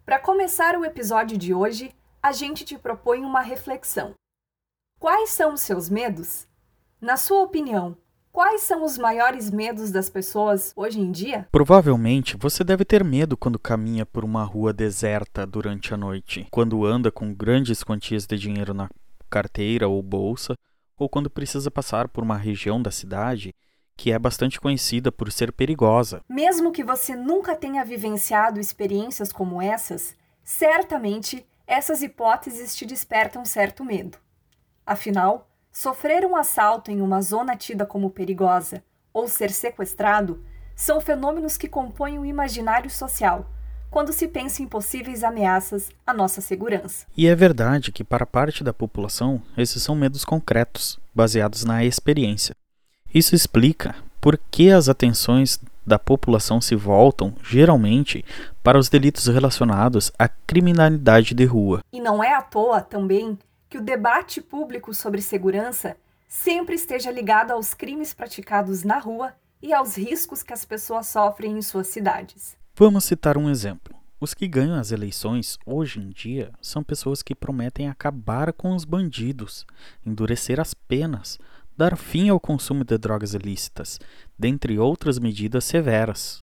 Para começar o episódio de hoje, a gente te propõe uma reflexão. Quais são os seus medos? Na sua opinião, quais são os maiores medos das pessoas hoje em dia? Provavelmente você deve ter medo quando caminha por uma rua deserta durante a noite, quando anda com grandes quantias de dinheiro na carteira ou bolsa, ou quando precisa passar por uma região da cidade que é bastante conhecida por ser perigosa. Mesmo que você nunca tenha vivenciado experiências como essas, certamente essas hipóteses te despertam certo medo. Afinal, sofrer um assalto em uma zona tida como perigosa ou ser sequestrado são fenômenos que compõem o imaginário social quando se pensa em possíveis ameaças à nossa segurança. E é verdade que para parte da população esses são medos concretos, baseados na experiência. Isso explica por que as atenções da população se voltam, geralmente, para os delitos relacionados à criminalidade de rua. E não é à toa, também, que o debate público sobre segurança sempre esteja ligado aos crimes praticados na rua e aos riscos que as pessoas sofrem em suas cidades. Vamos citar um exemplo. Os que ganham as eleições, hoje em dia, são pessoas que prometem acabar com os bandidos, endurecer as penas, dar fim ao consumo de drogas ilícitas, dentre outras medidas severas.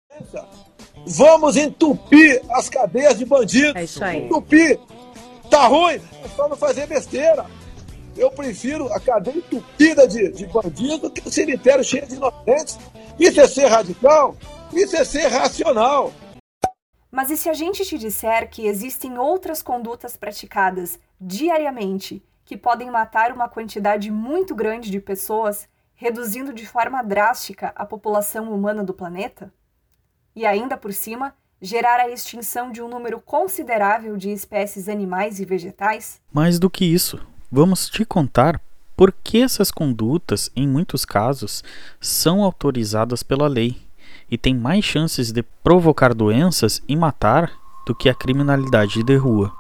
Vamos entupir as cadeias de bandidos. É isso aí. Entupir. Tá ruim? É só não fazer besteira. Eu prefiro a cadeia entupida de bandidos do que o cemitério cheio de inocentes. Isso é ser radical? Isso é ser racional. Mas e se a gente te disser que existem outras condutas praticadas diariamente que podem matar uma quantidade muito grande de pessoas, reduzindo de forma drástica a população humana do planeta? E ainda por cima, gerar a extinção de um número considerável de espécies animais e vegetais? Mais do que isso, vamos te contar por que essas condutas, em muitos casos, são autorizadas pela lei e têm mais chances de provocar doenças e matar do que a criminalidade de rua.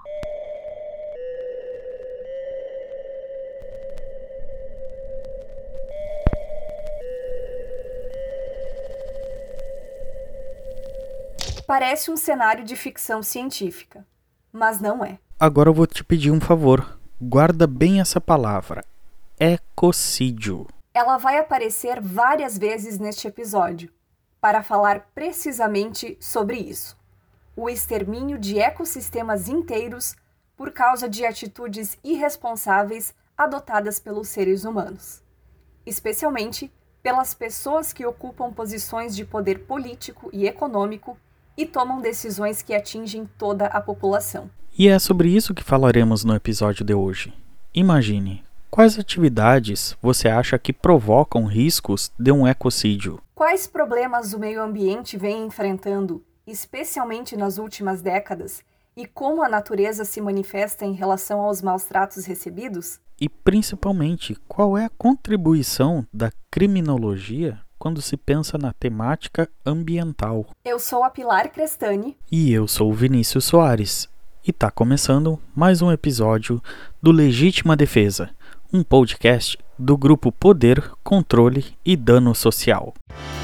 Parece um cenário de ficção científica, mas não é. Agora eu vou te pedir um favor. Guarda bem essa palavra. Ecocídio. Ela vai aparecer várias vezes neste episódio, para falar precisamente sobre isso. O extermínio de ecossistemas inteiros por causa de atitudes irresponsáveis adotadas pelos seres humanos. Especialmente pelas pessoas que ocupam posições de poder político e econômico e tomam decisões que atingem toda a população. E é sobre isso que falaremos no episódio de hoje. Imagine, quais atividades você acha que provocam riscos de um ecocídio? Quais problemas o meio ambiente vem enfrentando, especialmente nas últimas décadas, e como a natureza se manifesta em relação aos maus tratos recebidos? E principalmente, qual é a contribuição da criminologia quando se pensa na temática ambiental? Eu sou a Pilar Crestani. E eu sou o Vinícius Soares. E tá começando mais um episódio do Legítima Defesa, um podcast do grupo Poder, Controle e Dano Social.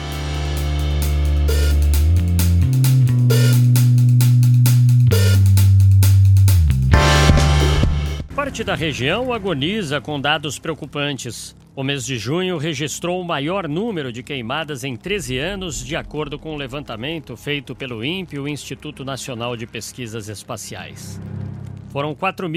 Parte da região agoniza com dados preocupantes. O mês de junho registrou o maior número de queimadas em 13 anos, de acordo com o levantamento feito pelo INPE, o Instituto Nacional de Pesquisas Espaciais. Foram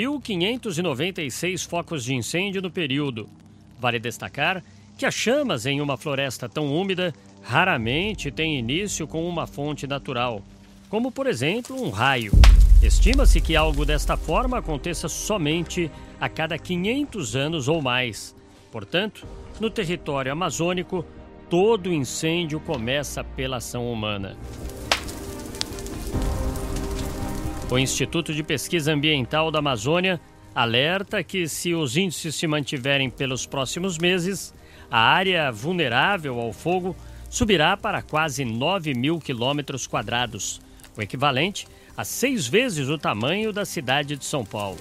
4.596 focos de incêndio no período. Vale destacar que as chamas em uma floresta tão úmida raramente têm início com uma fonte natural, como, por exemplo, um raio. Estima-se que algo desta forma aconteça somente a cada 500 anos ou mais. Portanto, no território amazônico, todo incêndio começa pela ação humana. O Instituto de Pesquisa Ambiental da Amazônia alerta que, se os índices se mantiverem pelos próximos meses, a área vulnerável ao fogo subirá para quase 9.000 quilômetros quadrados, o equivalente a 6 vezes o tamanho da cidade de São Paulo.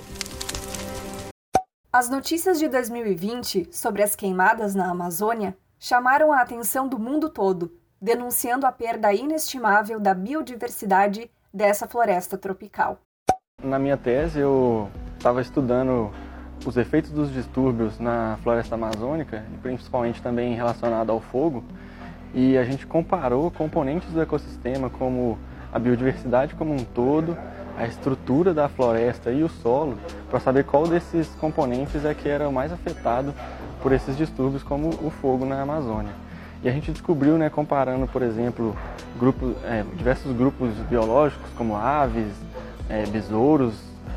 As notícias de 2020 sobre as queimadas na Amazônia chamaram a atenção do mundo todo, denunciando a perda inestimável da biodiversidade dessa floresta tropical. Na minha tese, eu estava estudando os efeitos dos distúrbios na floresta amazônica, e principalmente também relacionado ao fogo, e a gente comparou componentes do ecossistema, como a biodiversidade como um todo, a estrutura da floresta e o solo, para saber qual desses componentes é que era o mais afetado por esses distúrbios, como o fogo na Amazônia. E a gente descobriu, comparando, por exemplo, diversos grupos biológicos, como aves, besouros,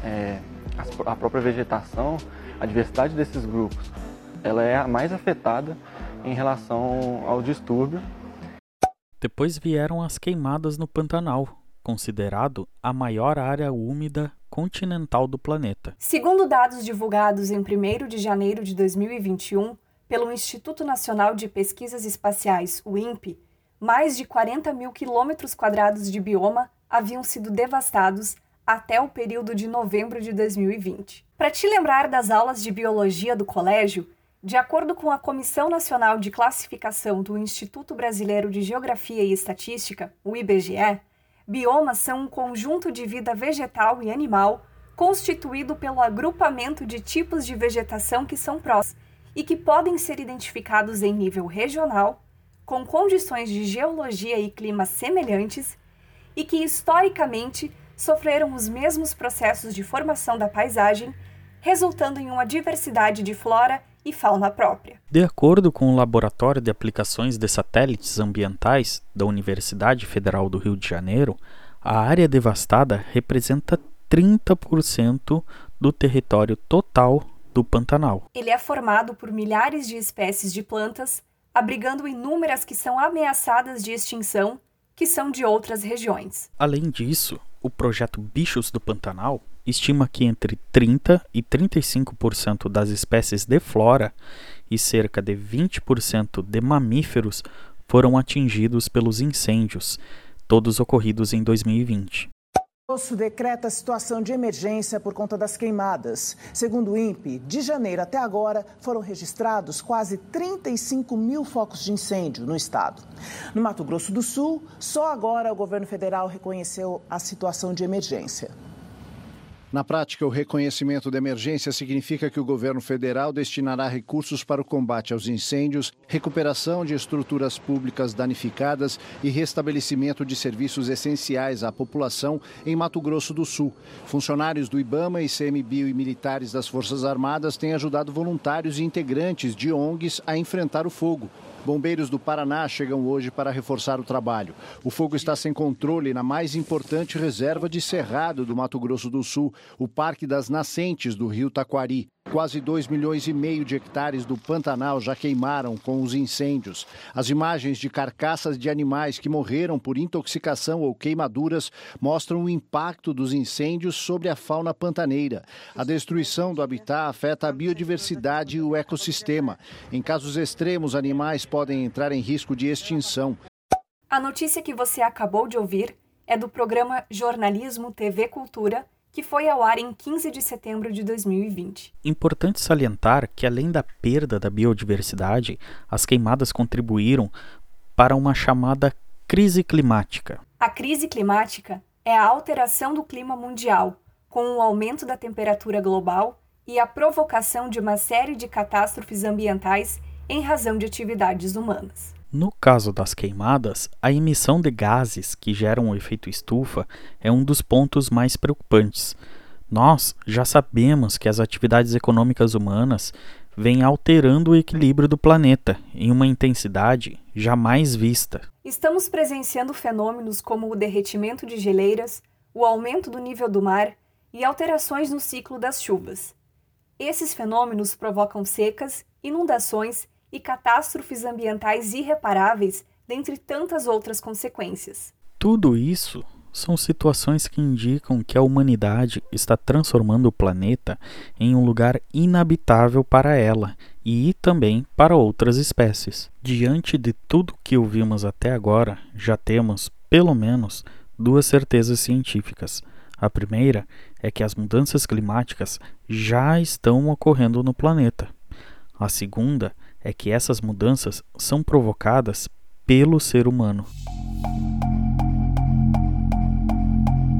a própria vegetação, a diversidade desses grupos, ela é a mais afetada em relação ao distúrbio. Depois vieram as queimadas no Pantanal, considerado a maior área úmida continental do planeta. Segundo dados divulgados em 1º de janeiro de 2021 pelo Instituto Nacional de Pesquisas Espaciais, o INPE, mais de 40 mil quilômetros quadrados de bioma haviam sido devastados até o período de novembro de 2020. Para te lembrar das aulas de biologia do colégio, de acordo com a Comissão Nacional de Classificação do Instituto Brasileiro de Geografia e Estatística, o IBGE, biomas são um conjunto de vida vegetal e animal constituído pelo agrupamento de tipos de vegetação que são próximos e que podem ser identificados em nível regional, com condições de geologia e clima semelhantes e que, historicamente, sofreram os mesmos processos de formação da paisagem, resultando em uma diversidade de flora e fauna própria. De acordo com o Laboratório de Aplicações de Satélites Ambientais da Universidade Federal do Rio de Janeiro, a área devastada representa 30% do território total do Pantanal. Ele é formado por milhares de espécies de plantas, abrigando inúmeras que são ameaçadas de extinção, que são de outras regiões. Além disso, o projeto Bichos do Pantanal estima que entre 30% e 35% das espécies de flora e cerca de 20% de mamíferos foram atingidos pelos incêndios, todos ocorridos em 2020. O Grosso decreta situação de emergência por conta das queimadas. Segundo o INPE, de janeiro até agora foram registrados quase 35 mil focos de incêndio no estado. No Mato Grosso do Sul, só agora o governo federal reconheceu a situação de emergência. Na prática, o reconhecimento de emergência significa que o governo federal destinará recursos para o combate aos incêndios, recuperação de estruturas públicas danificadas e restabelecimento de serviços essenciais à população em Mato Grosso do Sul. Funcionários do IBAMA, ICMBio e militares das Forças Armadas têm ajudado voluntários e integrantes de ONGs a enfrentar o fogo. Bombeiros do Paraná chegam hoje para reforçar o trabalho. O fogo está sem controle na mais importante reserva de cerrado do Mato Grosso do Sul, o Parque das Nascentes do Rio Taquari. Quase 2,5 milhões de hectares do Pantanal já queimaram com os incêndios. As imagens de carcaças de animais que morreram por intoxicação ou queimaduras mostram o impacto dos incêndios sobre a fauna pantaneira. A destruição do habitat afeta a biodiversidade e o ecossistema. Em casos extremos, animais podem entrar em risco de extinção. A notícia que você acabou de ouvir é do programa Jornalismo TV Cultura, que foi ao ar em 15 de setembro de 2020. Importante salientar que, além da perda da biodiversidade, as queimadas contribuíram para uma chamada crise climática. A crise climática é a alteração do clima mundial, com o aumento da temperatura global e a provocação de uma série de catástrofes ambientais em razão de atividades humanas. No caso das queimadas, a emissão de gases que geram o efeito estufa é um dos pontos mais preocupantes. Nós já sabemos que as atividades econômicas humanas vêm alterando o equilíbrio do planeta em uma intensidade jamais vista. Estamos presenciando fenômenos como o derretimento de geleiras, o aumento do nível do mar e alterações no ciclo das chuvas. Esses fenômenos provocam secas, inundações e catástrofes ambientais irreparáveis, dentre tantas outras consequências. Tudo isso são situações que indicam que a humanidade está transformando o planeta em um lugar inabitável para ela e também para outras espécies. Diante de tudo que ouvimos até agora, já temos, pelo menos, duas certezas científicas. A primeira é que as mudanças climáticas já estão ocorrendo no planeta. A segunda é que essas mudanças são provocadas pelo ser humano.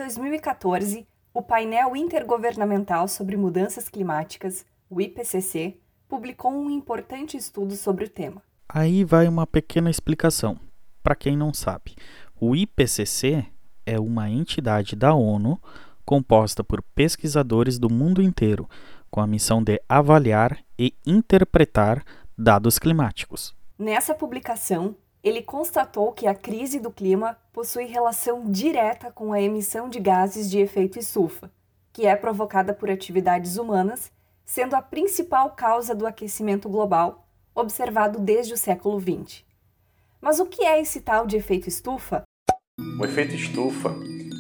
2014, o Painel Intergovernamental sobre Mudanças Climáticas, o IPCC, publicou um importante estudo sobre o tema. Aí vai uma pequena explicação. Para quem não sabe, o IPCC é uma entidade da ONU composta por pesquisadores do mundo inteiro, com a missão de avaliar e interpretar dados climáticos. Nessa publicação, ele constatou que a crise do clima possui relação direta com a emissão de gases de efeito estufa, que é provocada por atividades humanas, sendo a principal causa do aquecimento global, observado desde o século XX. Mas o que é esse tal de efeito estufa? O efeito estufa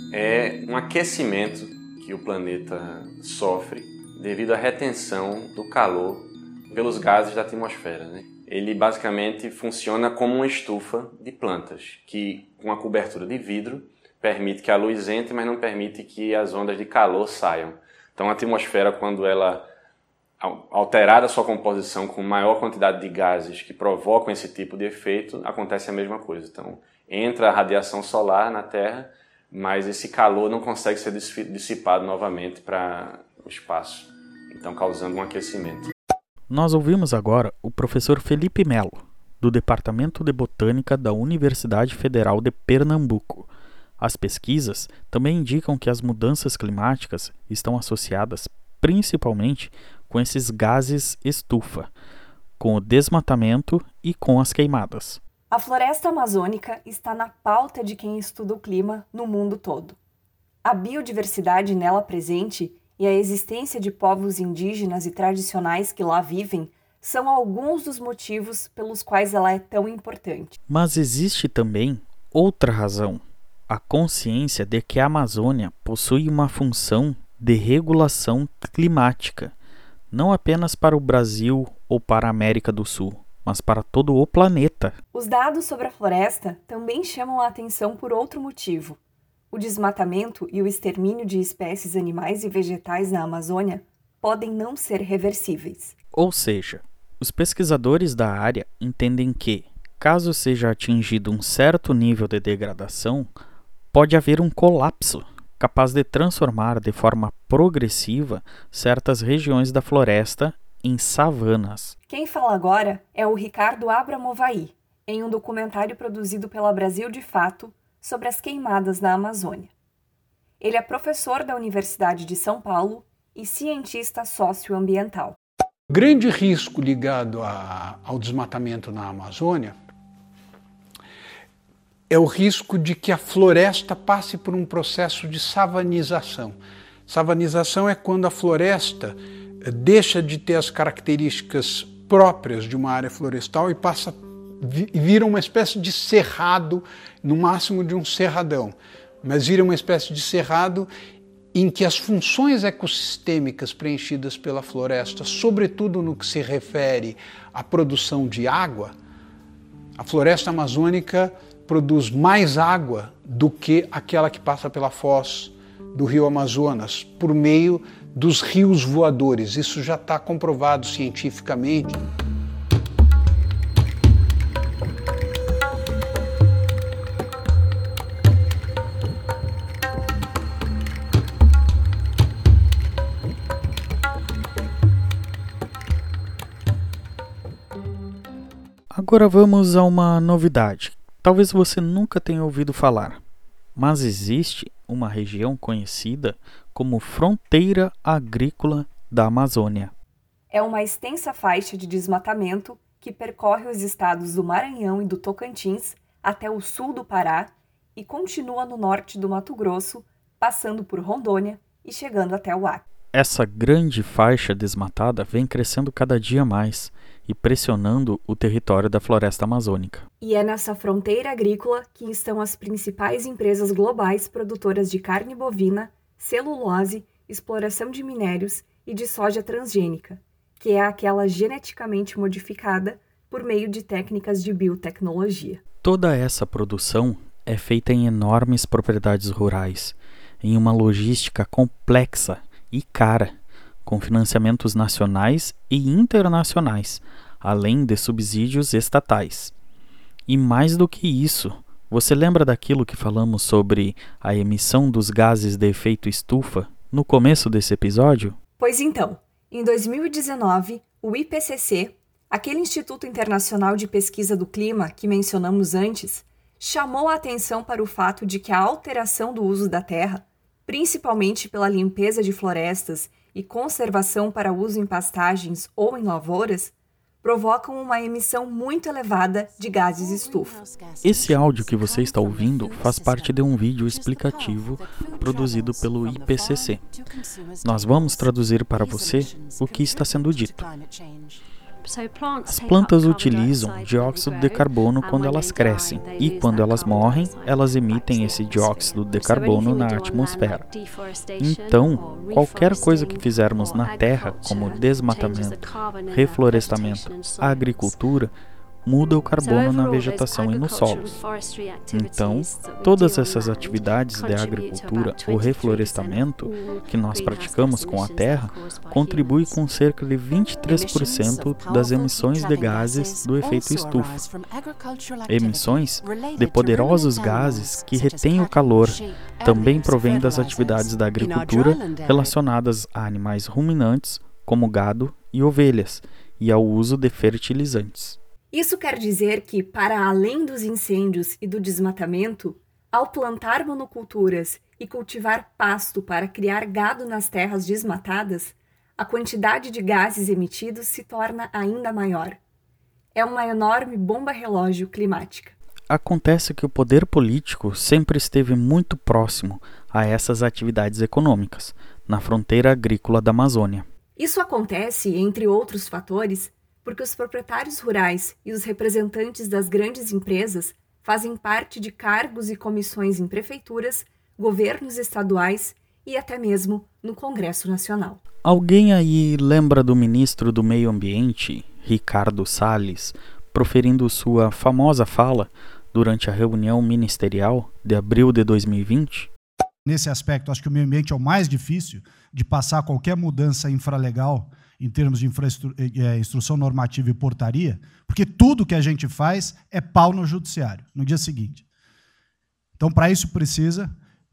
é um aquecimento que o planeta sofre devido à retenção do calor pelos gases da atmosfera, né? Ele basicamente funciona como uma estufa de plantas, que com a cobertura de vidro permite que a luz entre, mas não permite que as ondas de calor saiam. Então a atmosfera, quando ela alterada sua composição com maior quantidade de gases que provocam esse tipo de efeito, acontece a mesma coisa. Então entra a radiação solar na Terra, mas esse calor não consegue ser dissipado novamente para o espaço, então causando um aquecimento. Nós ouvimos agora o professor Felipe Melo, do Departamento de Botânica da Universidade Federal de Pernambuco. As pesquisas também indicam que as mudanças climáticas estão associadas principalmente com esses gases estufa, com o desmatamento e com as queimadas. A floresta amazônica está na pauta de quem estuda o clima no mundo todo. A biodiversidade nela presente e a existência de povos indígenas e tradicionais que lá vivem são alguns dos motivos pelos quais ela é tão importante. Mas existe também outra razão, a consciência de que a Amazônia possui uma função de regulação climática, não apenas para o Brasil ou para a América do Sul, mas para todo o planeta. Os dados sobre a floresta também chamam a atenção por outro motivo. O desmatamento e o extermínio de espécies animais e vegetais na Amazônia podem não ser reversíveis. Ou seja, os pesquisadores da área entendem que, caso seja atingido um certo nível de degradação, pode haver um colapso capaz de transformar de forma progressiva certas regiões da floresta em savanas. Quem fala agora é o Ricardo Abramovaí, em um documentário produzido pela Brasil de Fato sobre as queimadas na Amazônia. Ele é professor da Universidade de São Paulo e cientista socioambiental. O grande risco ligado ao desmatamento na Amazônia é o risco de que a floresta passe por um processo de savanização. Savanização é quando a floresta deixa de ter as características próprias de uma área florestal e vira uma espécie de cerrado, no máximo de um cerradão, mas vira uma espécie de cerrado em que as funções ecossistêmicas preenchidas pela floresta, sobretudo no que se refere à produção de água, a floresta amazônica produz mais água do que aquela que passa pela foz do rio Amazonas, por meio dos rios voadores. Isso já está comprovado cientificamente. Agora vamos a uma novidade. Talvez você nunca tenha ouvido falar, mas existe uma região conhecida como Fronteira Agrícola da Amazônia. É uma extensa faixa de desmatamento que percorre os estados do Maranhão e do Tocantins até o sul do Pará e continua no norte do Mato Grosso, passando por Rondônia e chegando até o Acre. Essa grande faixa desmatada vem crescendo cada dia mais e pressionando o território da floresta amazônica. E é nessa fronteira agrícola que estão as principais empresas globais produtoras de carne bovina, celulose, exploração de minérios e de soja transgênica, que é aquela geneticamente modificada por meio de técnicas de biotecnologia. Toda essa produção é feita em enormes propriedades rurais, em uma logística complexa e cara, com financiamentos nacionais e internacionais, além de subsídios estatais. E mais do que isso, Você lembra daquilo que falamos sobre a emissão dos gases de efeito estufa no começo desse episódio? Pois então, em 2019, o IPCC, aquele Instituto Internacional de Pesquisa do Clima que mencionamos antes, chamou a atenção para o fato de que a alteração do uso da terra, principalmente pela limpeza de florestas e conservação para uso em pastagens ou em lavouras, provocam uma emissão muito elevada de gases estufa. Esse áudio que você está ouvindo faz parte de um vídeo explicativo produzido pelo IPCC. Nós vamos traduzir para você o que está sendo dito. As plantas utilizam dióxido de carbono quando elas crescem e, quando elas morrem, elas emitem esse dióxido de carbono na atmosfera. Então, qualquer coisa que fizermos na Terra, como desmatamento, reflorestamento, agricultura, muda o carbono na vegetação e nos solos. Então, todas essas atividades de agricultura ou reflorestamento que nós praticamos com a terra contribuem com cerca de 23% das emissões de gases do efeito estufa. Emissões de poderosos gases que retêm o calor também provêm das atividades da agricultura relacionadas a animais ruminantes, como gado e ovelhas, e ao uso de fertilizantes. Isso quer dizer que, para além dos incêndios e do desmatamento, ao plantar monoculturas e cultivar pasto para criar gado nas terras desmatadas, a quantidade de gases emitidos se torna ainda maior. É uma enorme bomba-relógio climática. Acontece que o poder político sempre esteve muito próximo a essas atividades econômicas, na fronteira agrícola da Amazônia. Isso acontece, entre outros fatores, porque os proprietários rurais e os representantes das grandes empresas fazem parte de cargos e comissões em prefeituras, governos estaduais e até mesmo no Congresso Nacional. Alguém aí lembra do ministro do Meio Ambiente, Ricardo Salles, proferindo sua famosa fala durante a reunião ministerial de abril de 2020? Nesse aspecto, acho que o meio ambiente é o mais difícil de passar qualquer mudança infralegal em termos de instrução normativa e portaria, porque tudo que a gente faz é pau no judiciário, no dia seguinte. Então, para isso precisa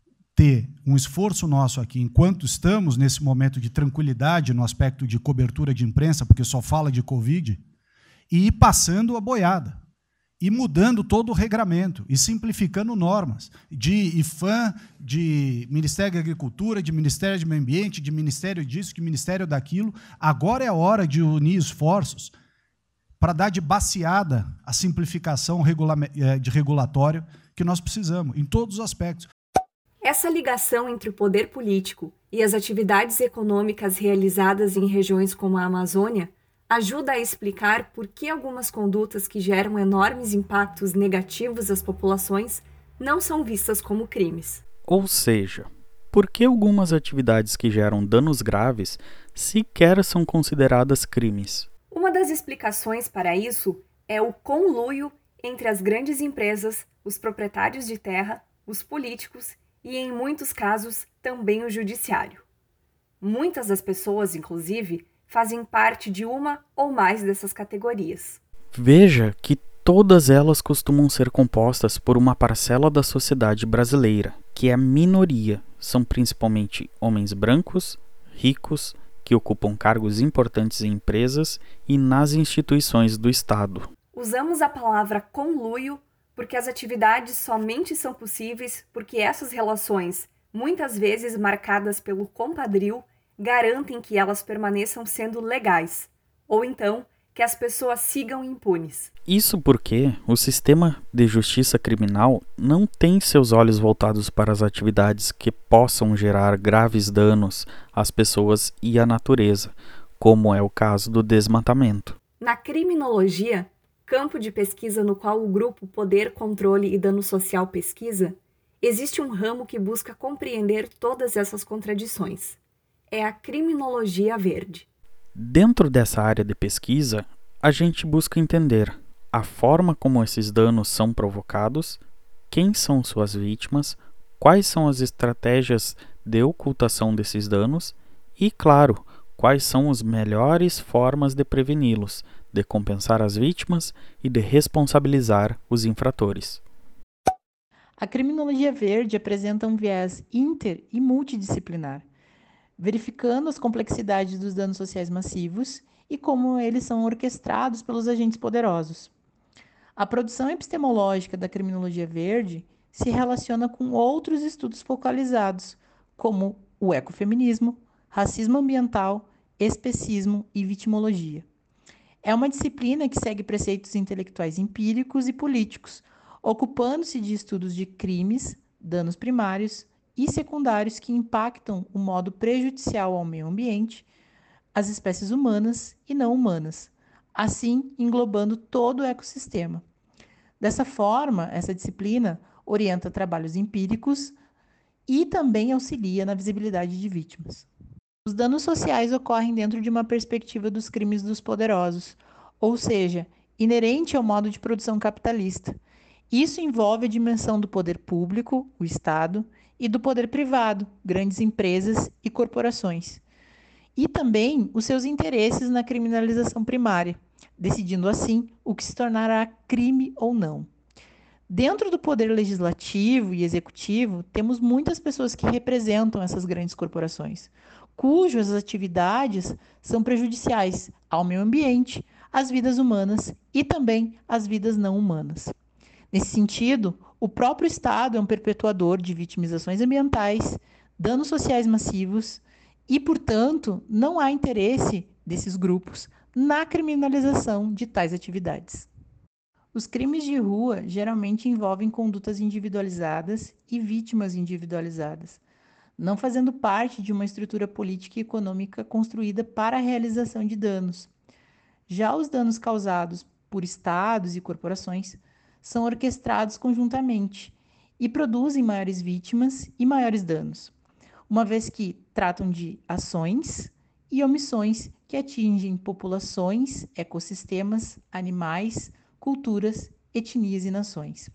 ter um esforço nosso aqui, enquanto estamos nesse momento de tranquilidade no aspecto de cobertura de imprensa, porque só fala de Covid, e ir passando a boiada, e mudando todo o regramento, e simplificando normas, de IFAM, de Ministério da Agricultura, de Ministério do Meio Ambiente, de Ministério disso, de Ministério daquilo. Agora é a hora de unir esforços para dar de baseada a simplificação de regulatório que nós precisamos, em todos os aspectos. Essa ligação entre o poder político e as atividades econômicas realizadas em regiões como a Amazônia ajuda a explicar por que algumas condutas que geram enormes impactos negativos às populações não são vistas como crimes. Ou seja, por que algumas atividades que geram danos graves sequer são consideradas crimes? Uma das explicações para isso é o conluio entre as grandes empresas, os proprietários de terra, os políticos e, em muitos casos, também o judiciário. Muitas das pessoas, inclusive, fazem parte de uma ou mais dessas categorias. Veja que todas elas costumam ser compostas por uma parcela da sociedade brasileira, que é a minoria. São principalmente homens brancos, ricos, que ocupam cargos importantes em empresas e nas instituições do Estado. Usamos a palavra conluio porque as atividades somente são possíveis porque essas relações, muitas vezes marcadas pelo compadrio, garantem que elas permaneçam sendo legais, ou então que as pessoas sigam impunes. Isso porque o sistema de justiça criminal não tem seus olhos voltados para as atividades que possam gerar graves danos às pessoas e à natureza, como é o caso do desmatamento. Na criminologia, campo de pesquisa no qual o grupo Poder, Controle e Dano Social pesquisa, existe um ramo que busca compreender todas essas contradições. É a criminologia verde. Dentro dessa área de pesquisa, a gente busca entender a forma como esses danos são provocados, quem são suas vítimas, quais são as estratégias de ocultação desses danos e, claro, quais são as melhores formas de preveni-los, de compensar as vítimas e de responsabilizar os infratores. A criminologia verde apresenta um viés inter- e multidisciplinar, verificando as complexidades dos danos sociais massivos e como eles são orquestrados pelos agentes poderosos. A produção epistemológica da criminologia verde se relaciona com outros estudos focalizados, como o ecofeminismo, racismo ambiental, especismo e vitimologia. É uma disciplina que segue preceitos intelectuais empíricos e políticos, ocupando-se de estudos de crimes, danos primários e secundários que impactam o modo prejudicial ao meio ambiente, às espécies humanas e não humanas, assim englobando todo o ecossistema. Dessa forma, essa disciplina orienta trabalhos empíricos e também auxilia na visibilidade de vítimas. Os danos sociais ocorrem dentro de uma perspectiva dos crimes dos poderosos, ou seja, inerente ao modo de produção capitalista. Isso envolve a dimensão do poder público, o Estado, e do poder privado, grandes empresas e corporações. E também os seus interesses na criminalização primária, decidindo assim o que se tornará crime ou não. Dentro do poder legislativo e executivo, temos muitas pessoas que representam essas grandes corporações, cujas atividades são prejudiciais ao meio ambiente, às vidas humanas e também às vidas não humanas. Nesse sentido, o próprio Estado é um perpetuador de vitimizações ambientais, danos sociais massivos e, portanto, não há interesse desses grupos na criminalização de tais atividades. Os crimes de rua geralmente envolvem condutas individualizadas e vítimas individualizadas, não fazendo parte de uma estrutura política e econômica construída para a realização de danos. Já os danos causados por estados e corporações são orquestrados conjuntamente e produzem maiores vítimas e maiores danos, uma vez que tratam de ações e omissões que atingem populações, ecossistemas, animais, culturas, etnias e nações.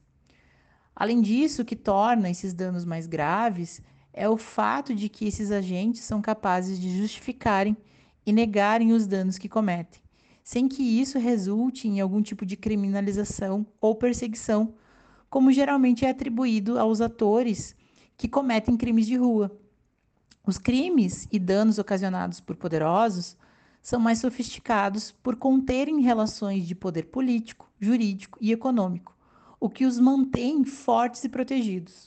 Além disso, o que torna esses danos mais graves é o fato de que esses agentes são capazes de justificarem e negarem os danos que cometem, sem que isso resulte em algum tipo de criminalização ou perseguição, como geralmente é atribuído aos atores que cometem crimes de rua. Os crimes e danos ocasionados por poderosos são mais sofisticados por conterem relações de poder político, jurídico e econômico, o que os mantém fortes e protegidos.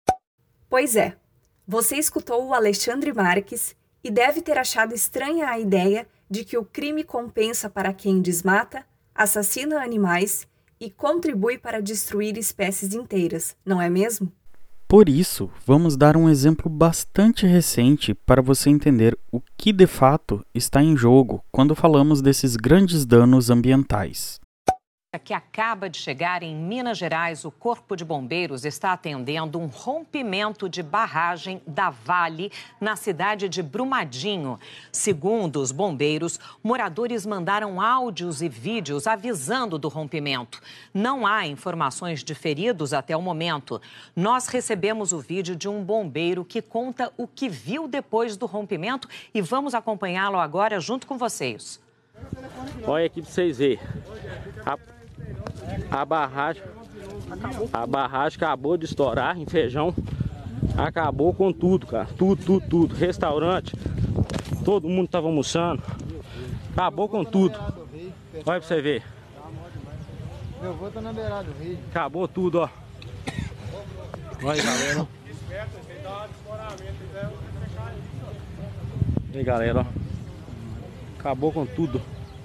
Pois é, você escutou o Alexandre Marques e deve ter achado estranha a ideia de que o crime compensa para quem desmata, assassina animais e contribui para destruir espécies inteiras, não é mesmo? Por isso, vamos dar um exemplo bastante recente para você entender o que de fato está em jogo quando falamos desses grandes danos ambientais. Que acaba de chegar em Minas Gerais, o Corpo de Bombeiros está atendendo um rompimento de barragem da Vale na cidade de Brumadinho. Segundo os bombeiros, moradores mandaram áudios e vídeos avisando do rompimento. Não há informações de feridos até o momento. Nós recebemos o vídeo de um bombeiro que conta o que viu depois do rompimento e vamos acompanhá-lo agora junto com vocês. Olha aqui para vocês verem. A barragem acabou de estourar em Feijão. Acabou com tudo, cara. Tudo. Restaurante. Todo mundo tava almoçando. Acabou com tudo. Olha pra você ver. Meu avô tá na beirada do rio. Acabou tudo, ó. Olha aí, galera. E aí, galera, ó. Acabou com tudo.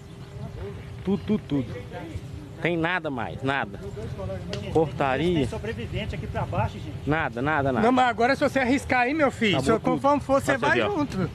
Tudo. Tem nada mais, nada. Portaria. Tem sobrevivente aqui pra baixo, gente. Nada. Não, mas agora se você arriscar aí, meu filho, conforme for, você vai junto.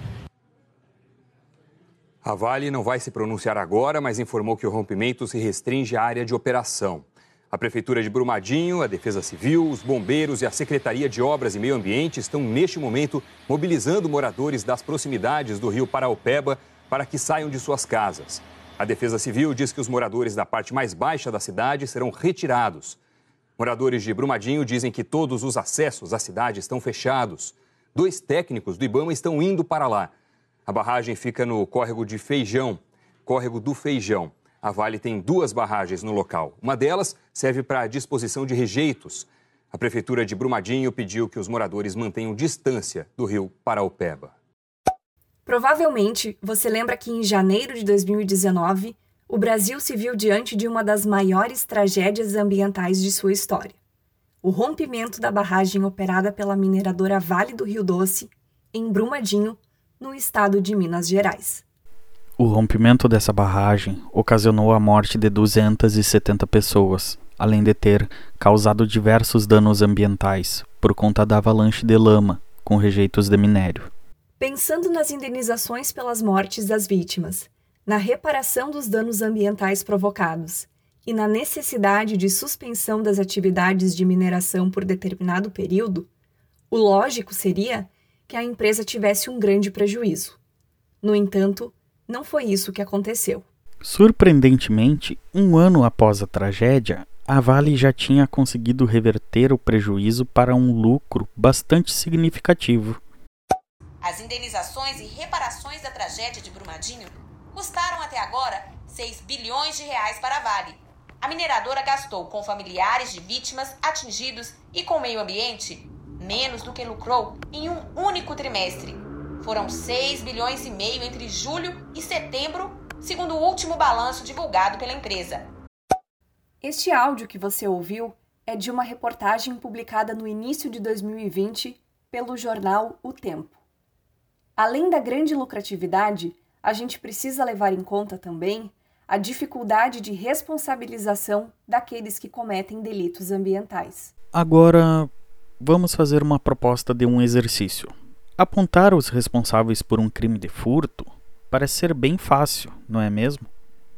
A Vale não vai se pronunciar agora, mas informou que o rompimento se restringe à área de operação. A Prefeitura de Brumadinho, a Defesa Civil, os bombeiros e a Secretaria de Obras e Meio Ambiente estão, neste momento, mobilizando moradores das proximidades do rio Paraopeba para que saiam de suas casas. A Defesa Civil diz que os moradores da parte mais baixa da cidade serão retirados. Moradores de Brumadinho dizem que todos os acessos à cidade estão fechados. 2 técnicos do IBAMA estão indo para lá. A barragem fica no córrego do Feijão. A Vale tem 2 barragens no local. Uma delas serve para a disposição de rejeitos. A Prefeitura de Brumadinho pediu que os moradores mantenham distância do rio Paraopeba. Provavelmente, você lembra que em janeiro de 2019, o Brasil se viu diante de uma das maiores tragédias ambientais de sua história. O rompimento da barragem operada pela mineradora Vale do Rio Doce, em Brumadinho, no estado de Minas Gerais. O rompimento dessa barragem ocasionou a morte de 270 pessoas, além de ter causado diversos danos ambientais por conta da avalanche de lama com rejeitos de minério. Pensando nas indenizações pelas mortes das vítimas, na reparação dos danos ambientais provocados e na necessidade de suspensão das atividades de mineração por determinado período, o lógico seria que a empresa tivesse um grande prejuízo. No entanto, não foi isso que aconteceu. Surpreendentemente, 1 ano após a tragédia, a Vale já tinha conseguido reverter o prejuízo para um lucro bastante significativo. As indenizações e reparações da tragédia de Brumadinho custaram até agora 6 bilhões de reais para a Vale. A mineradora gastou com familiares de vítimas atingidos e com o meio ambiente menos do que lucrou em um único trimestre. Foram 6 bilhões e meio entre julho e setembro, segundo o último balanço divulgado pela empresa. Este áudio que você ouviu é de uma reportagem publicada no início de 2020 pelo jornal O Tempo. Além da grande lucratividade, a gente precisa levar em conta também a dificuldade de responsabilização daqueles que cometem delitos ambientais. Agora, vamos fazer uma proposta de um exercício. Apontar os responsáveis por um crime de furto parece ser bem fácil, não é mesmo?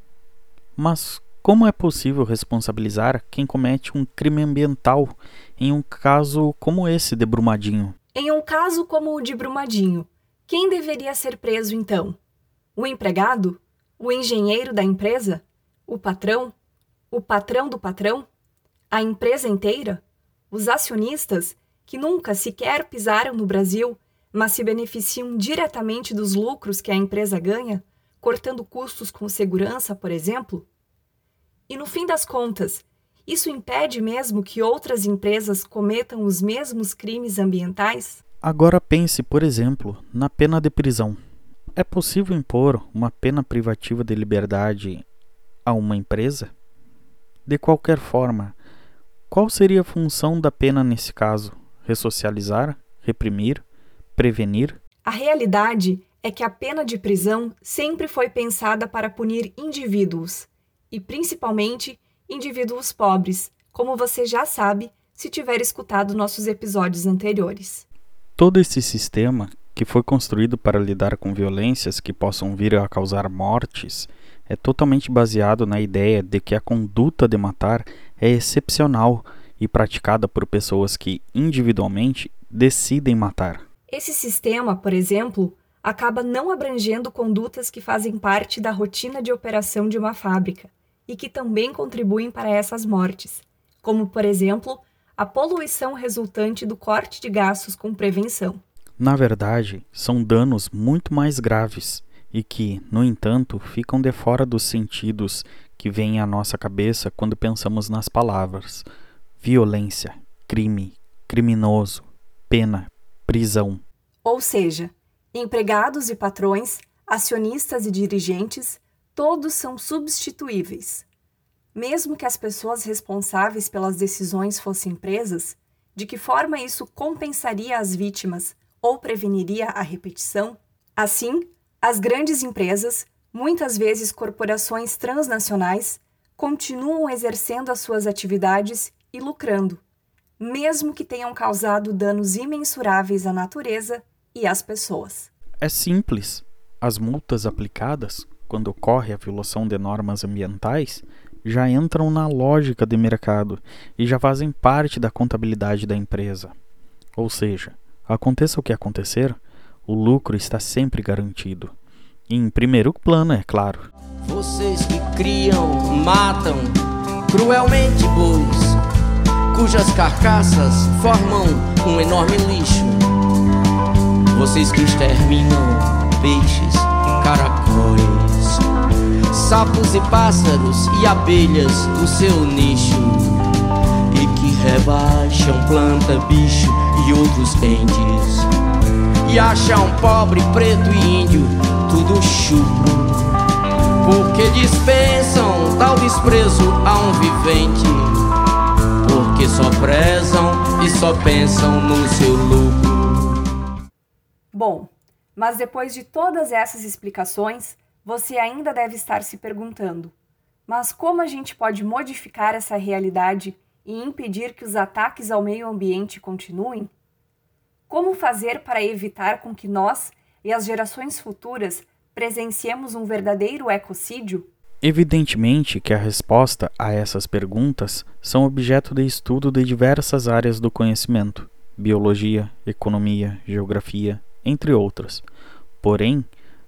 Mas como é possível responsabilizar quem comete um crime ambiental em um caso como esse de Brumadinho? Em um caso como o de Brumadinho, quem deveria ser preso então? O empregado? O engenheiro da empresa? O patrão? O patrão do patrão? A empresa inteira? Os acionistas, que nunca sequer pisaram no Brasil, mas se beneficiam diretamente dos lucros que a empresa ganha, cortando custos com segurança, por exemplo? E no fim das contas, isso impede mesmo que outras empresas cometam os mesmos crimes ambientais? Agora pense, por exemplo, na pena de prisão. É possível impor uma pena privativa de liberdade a uma empresa? De qualquer forma, qual seria a função da pena nesse caso? Ressocializar? Reprimir? Prevenir? A realidade é que a pena de prisão sempre foi pensada para punir indivíduos, e principalmente indivíduos pobres, como você já sabe se tiver escutado nossos episódios anteriores. Todo esse sistema, que foi construído para lidar com violências que possam vir a causar mortes, é totalmente baseado na ideia de que a conduta de matar é excepcional e praticada por pessoas que, individualmente, decidem matar. Esse sistema, por exemplo, acaba não abrangendo condutas que fazem parte da rotina de operação de uma fábrica e que também contribuem para essas mortes, como, por exemplo, a poluição resultante do corte de gastos com prevenção. Na verdade, são danos muito mais graves e que, no entanto, ficam de fora dos sentidos que vêm à nossa cabeça quando pensamos nas palavras violência, crime, criminoso, pena, prisão. Ou seja, empregados e patrões, acionistas e dirigentes, todos são substituíveis. Mesmo que as pessoas responsáveis pelas decisões fossem presas, de que forma isso compensaria as vítimas ou preveniria a repetição? Assim, as grandes empresas, muitas vezes corporações transnacionais, continuam exercendo as suas atividades e lucrando, mesmo que tenham causado danos imensuráveis à natureza e às pessoas. É simples. As multas aplicadas, quando ocorre a violação de normas ambientais, já entram na lógica de mercado e já fazem parte da contabilidade da empresa. Ou seja, aconteça o que acontecer, o lucro está sempre garantido. E em primeiro plano, é claro. Vocês que criam, matam cruelmente bois, cujas carcaças formam um enorme lixo. Vocês que exterminam peixes, caracóis, sapos e pássaros e abelhas do seu nicho, e que rebaixam acham planta, bicho e outros entes. E acham pobre, preto e índio, tudo chucro. Porque dispensam tal desprezo a um vivente. Porque só prezam e só pensam no seu lucro. Bom, mas depois de todas essas explicações, você ainda deve estar se perguntando: mas como a gente pode modificar essa realidade e impedir que os ataques ao meio ambiente continuem? Como fazer para evitar com que nós e as gerações futuras presenciemos um verdadeiro ecocídio? Evidentemente que a resposta a essas perguntas são objeto de estudo de diversas áreas do conhecimento: biologia, economia, geografia, entre outras. Porém,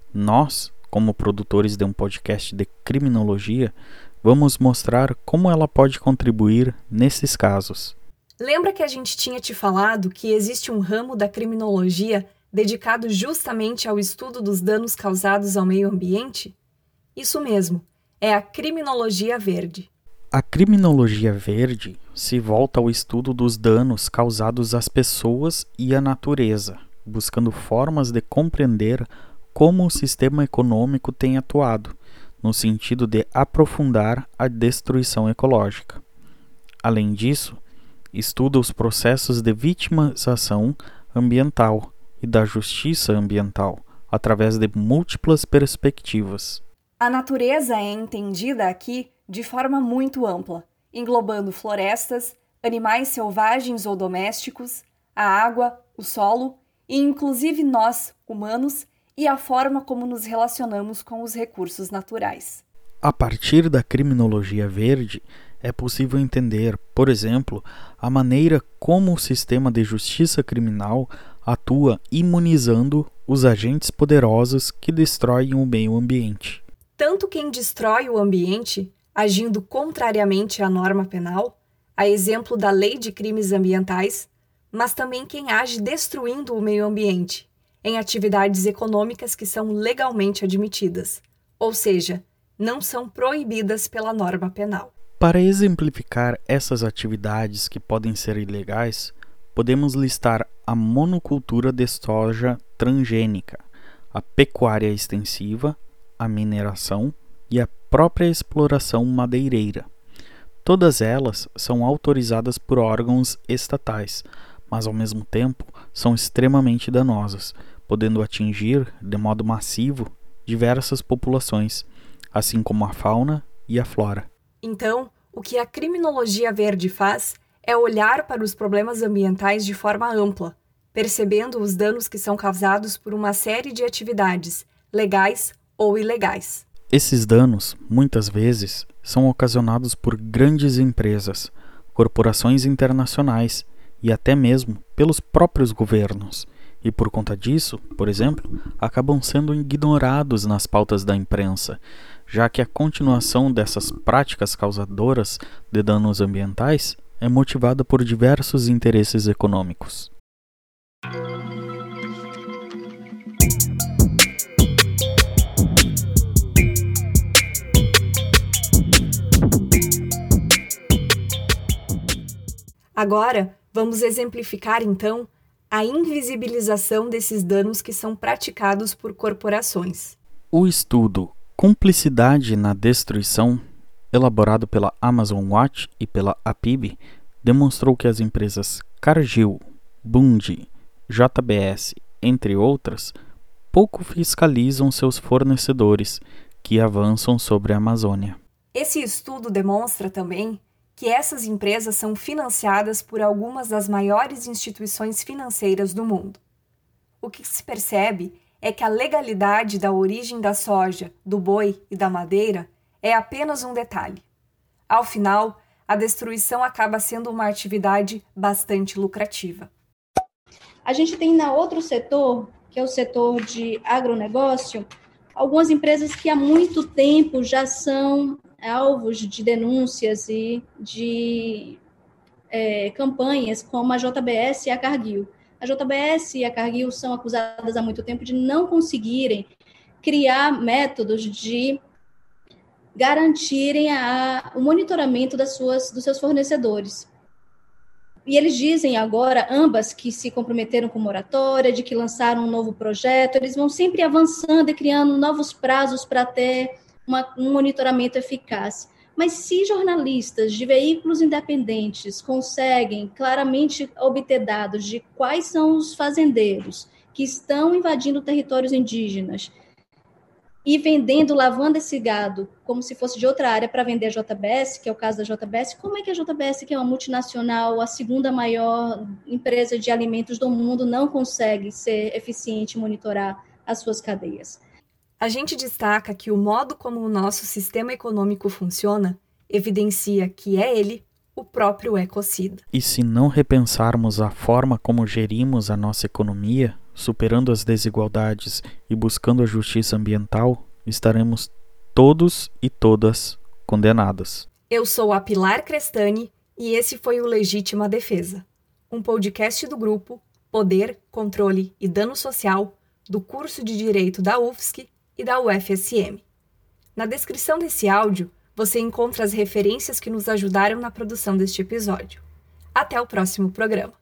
nós, como produtores de um podcast de criminologia, vamos mostrar como ela pode contribuir nesses casos. Lembra que a gente tinha te falado que existe um ramo da criminologia dedicado justamente ao estudo dos danos causados ao meio ambiente? Isso mesmo, é a criminologia verde. A criminologia verde se volta ao estudo dos danos causados às pessoas e à natureza, buscando formas de compreender como o sistema econômico tem atuado, no sentido de aprofundar a destruição ecológica. Além disso, estuda os processos de vitimização ambiental e da justiça ambiental, através de múltiplas perspectivas. A natureza é entendida aqui de forma muito ampla, englobando florestas, animais selvagens ou domésticos, a água, o solo e inclusive nós, humanos, e a forma como nos relacionamos com os recursos naturais. A partir da criminologia verde, é possível entender, por exemplo, a maneira como o sistema de justiça criminal atua imunizando os agentes poderosos que destroem o meio ambiente. Tanto quem destrói o ambiente, agindo contrariamente à norma penal, a exemplo da Lei de Crimes Ambientais, mas também quem age destruindo o meio ambiente, em atividades econômicas que são legalmente admitidas, ou seja, não são proibidas pela norma penal. Para exemplificar essas atividades que podem ser ilegais, podemos listar a monocultura de soja transgênica, a pecuária extensiva, a mineração e a própria exploração madeireira. Todas elas são autorizadas por órgãos estatais, mas ao mesmo tempo são extremamente danosas, podendo atingir, de modo massivo, diversas populações, assim como a fauna e a flora. Então, o que a criminologia verde faz é olhar para os problemas ambientais de forma ampla, percebendo os danos que são causados por uma série de atividades, legais ou ilegais. Esses danos, muitas vezes, são ocasionados por grandes empresas, corporações internacionais e até mesmo pelos próprios governos. E por conta disso, por exemplo, acabam sendo ignorados nas pautas da imprensa, já que a continuação dessas práticas causadoras de danos ambientais é motivada por diversos interesses econômicos. Agora, vamos exemplificar então a invisibilização desses danos que são praticados por corporações. O estudo Cumplicidade na Destruição, elaborado pela Amazon Watch e pela APIB, demonstrou que as empresas Cargill, Bunge, JBS, entre outras, pouco fiscalizam seus fornecedores, que avançam sobre a Amazônia. Esse estudo demonstra também que essas empresas são financiadas por algumas das maiores instituições financeiras do mundo. O que se percebe é que a legalidade da origem da soja, do boi e da madeira é apenas um detalhe. Ao final, a destruição acaba sendo uma atividade bastante lucrativa. A gente tem na outro setor, que é o setor de agronegócio, algumas empresas que há muito tempo já são alvos de denúncias e de campanhas, como a JBS e a Cargill. A JBS e a Cargill são acusadas há muito tempo de não conseguirem criar métodos de garantirem o monitoramento dos seus fornecedores. E eles dizem agora, ambas, que se comprometeram com moratória, de que lançaram um novo projeto, eles vão sempre avançando e criando novos prazos para ter um monitoramento eficaz. Mas se jornalistas de veículos independentes conseguem claramente obter dados de quais são os fazendeiros que estão invadindo territórios indígenas e vendendo, lavando esse gado como se fosse de outra área para vender a JBS, que é o caso da JBS, como é que a JBS, que é uma multinacional, a segunda maior empresa de alimentos do mundo, não consegue ser eficiente em monitorar as suas cadeias? A gente destaca que o modo como o nosso sistema econômico funciona evidencia que é ele o próprio ecocida. E se não repensarmos a forma como gerimos a nossa economia, superando as desigualdades e buscando a justiça ambiental, estaremos todos e todas condenadas. Eu sou a Pilar Crestani e esse foi o Legítima Defesa, um podcast do grupo Poder, Controle e Dano Social do curso de Direito da UFSC e da UFSM. Na descrição desse áudio, você encontra as referências que nos ajudaram na produção deste episódio. Até o próximo programa.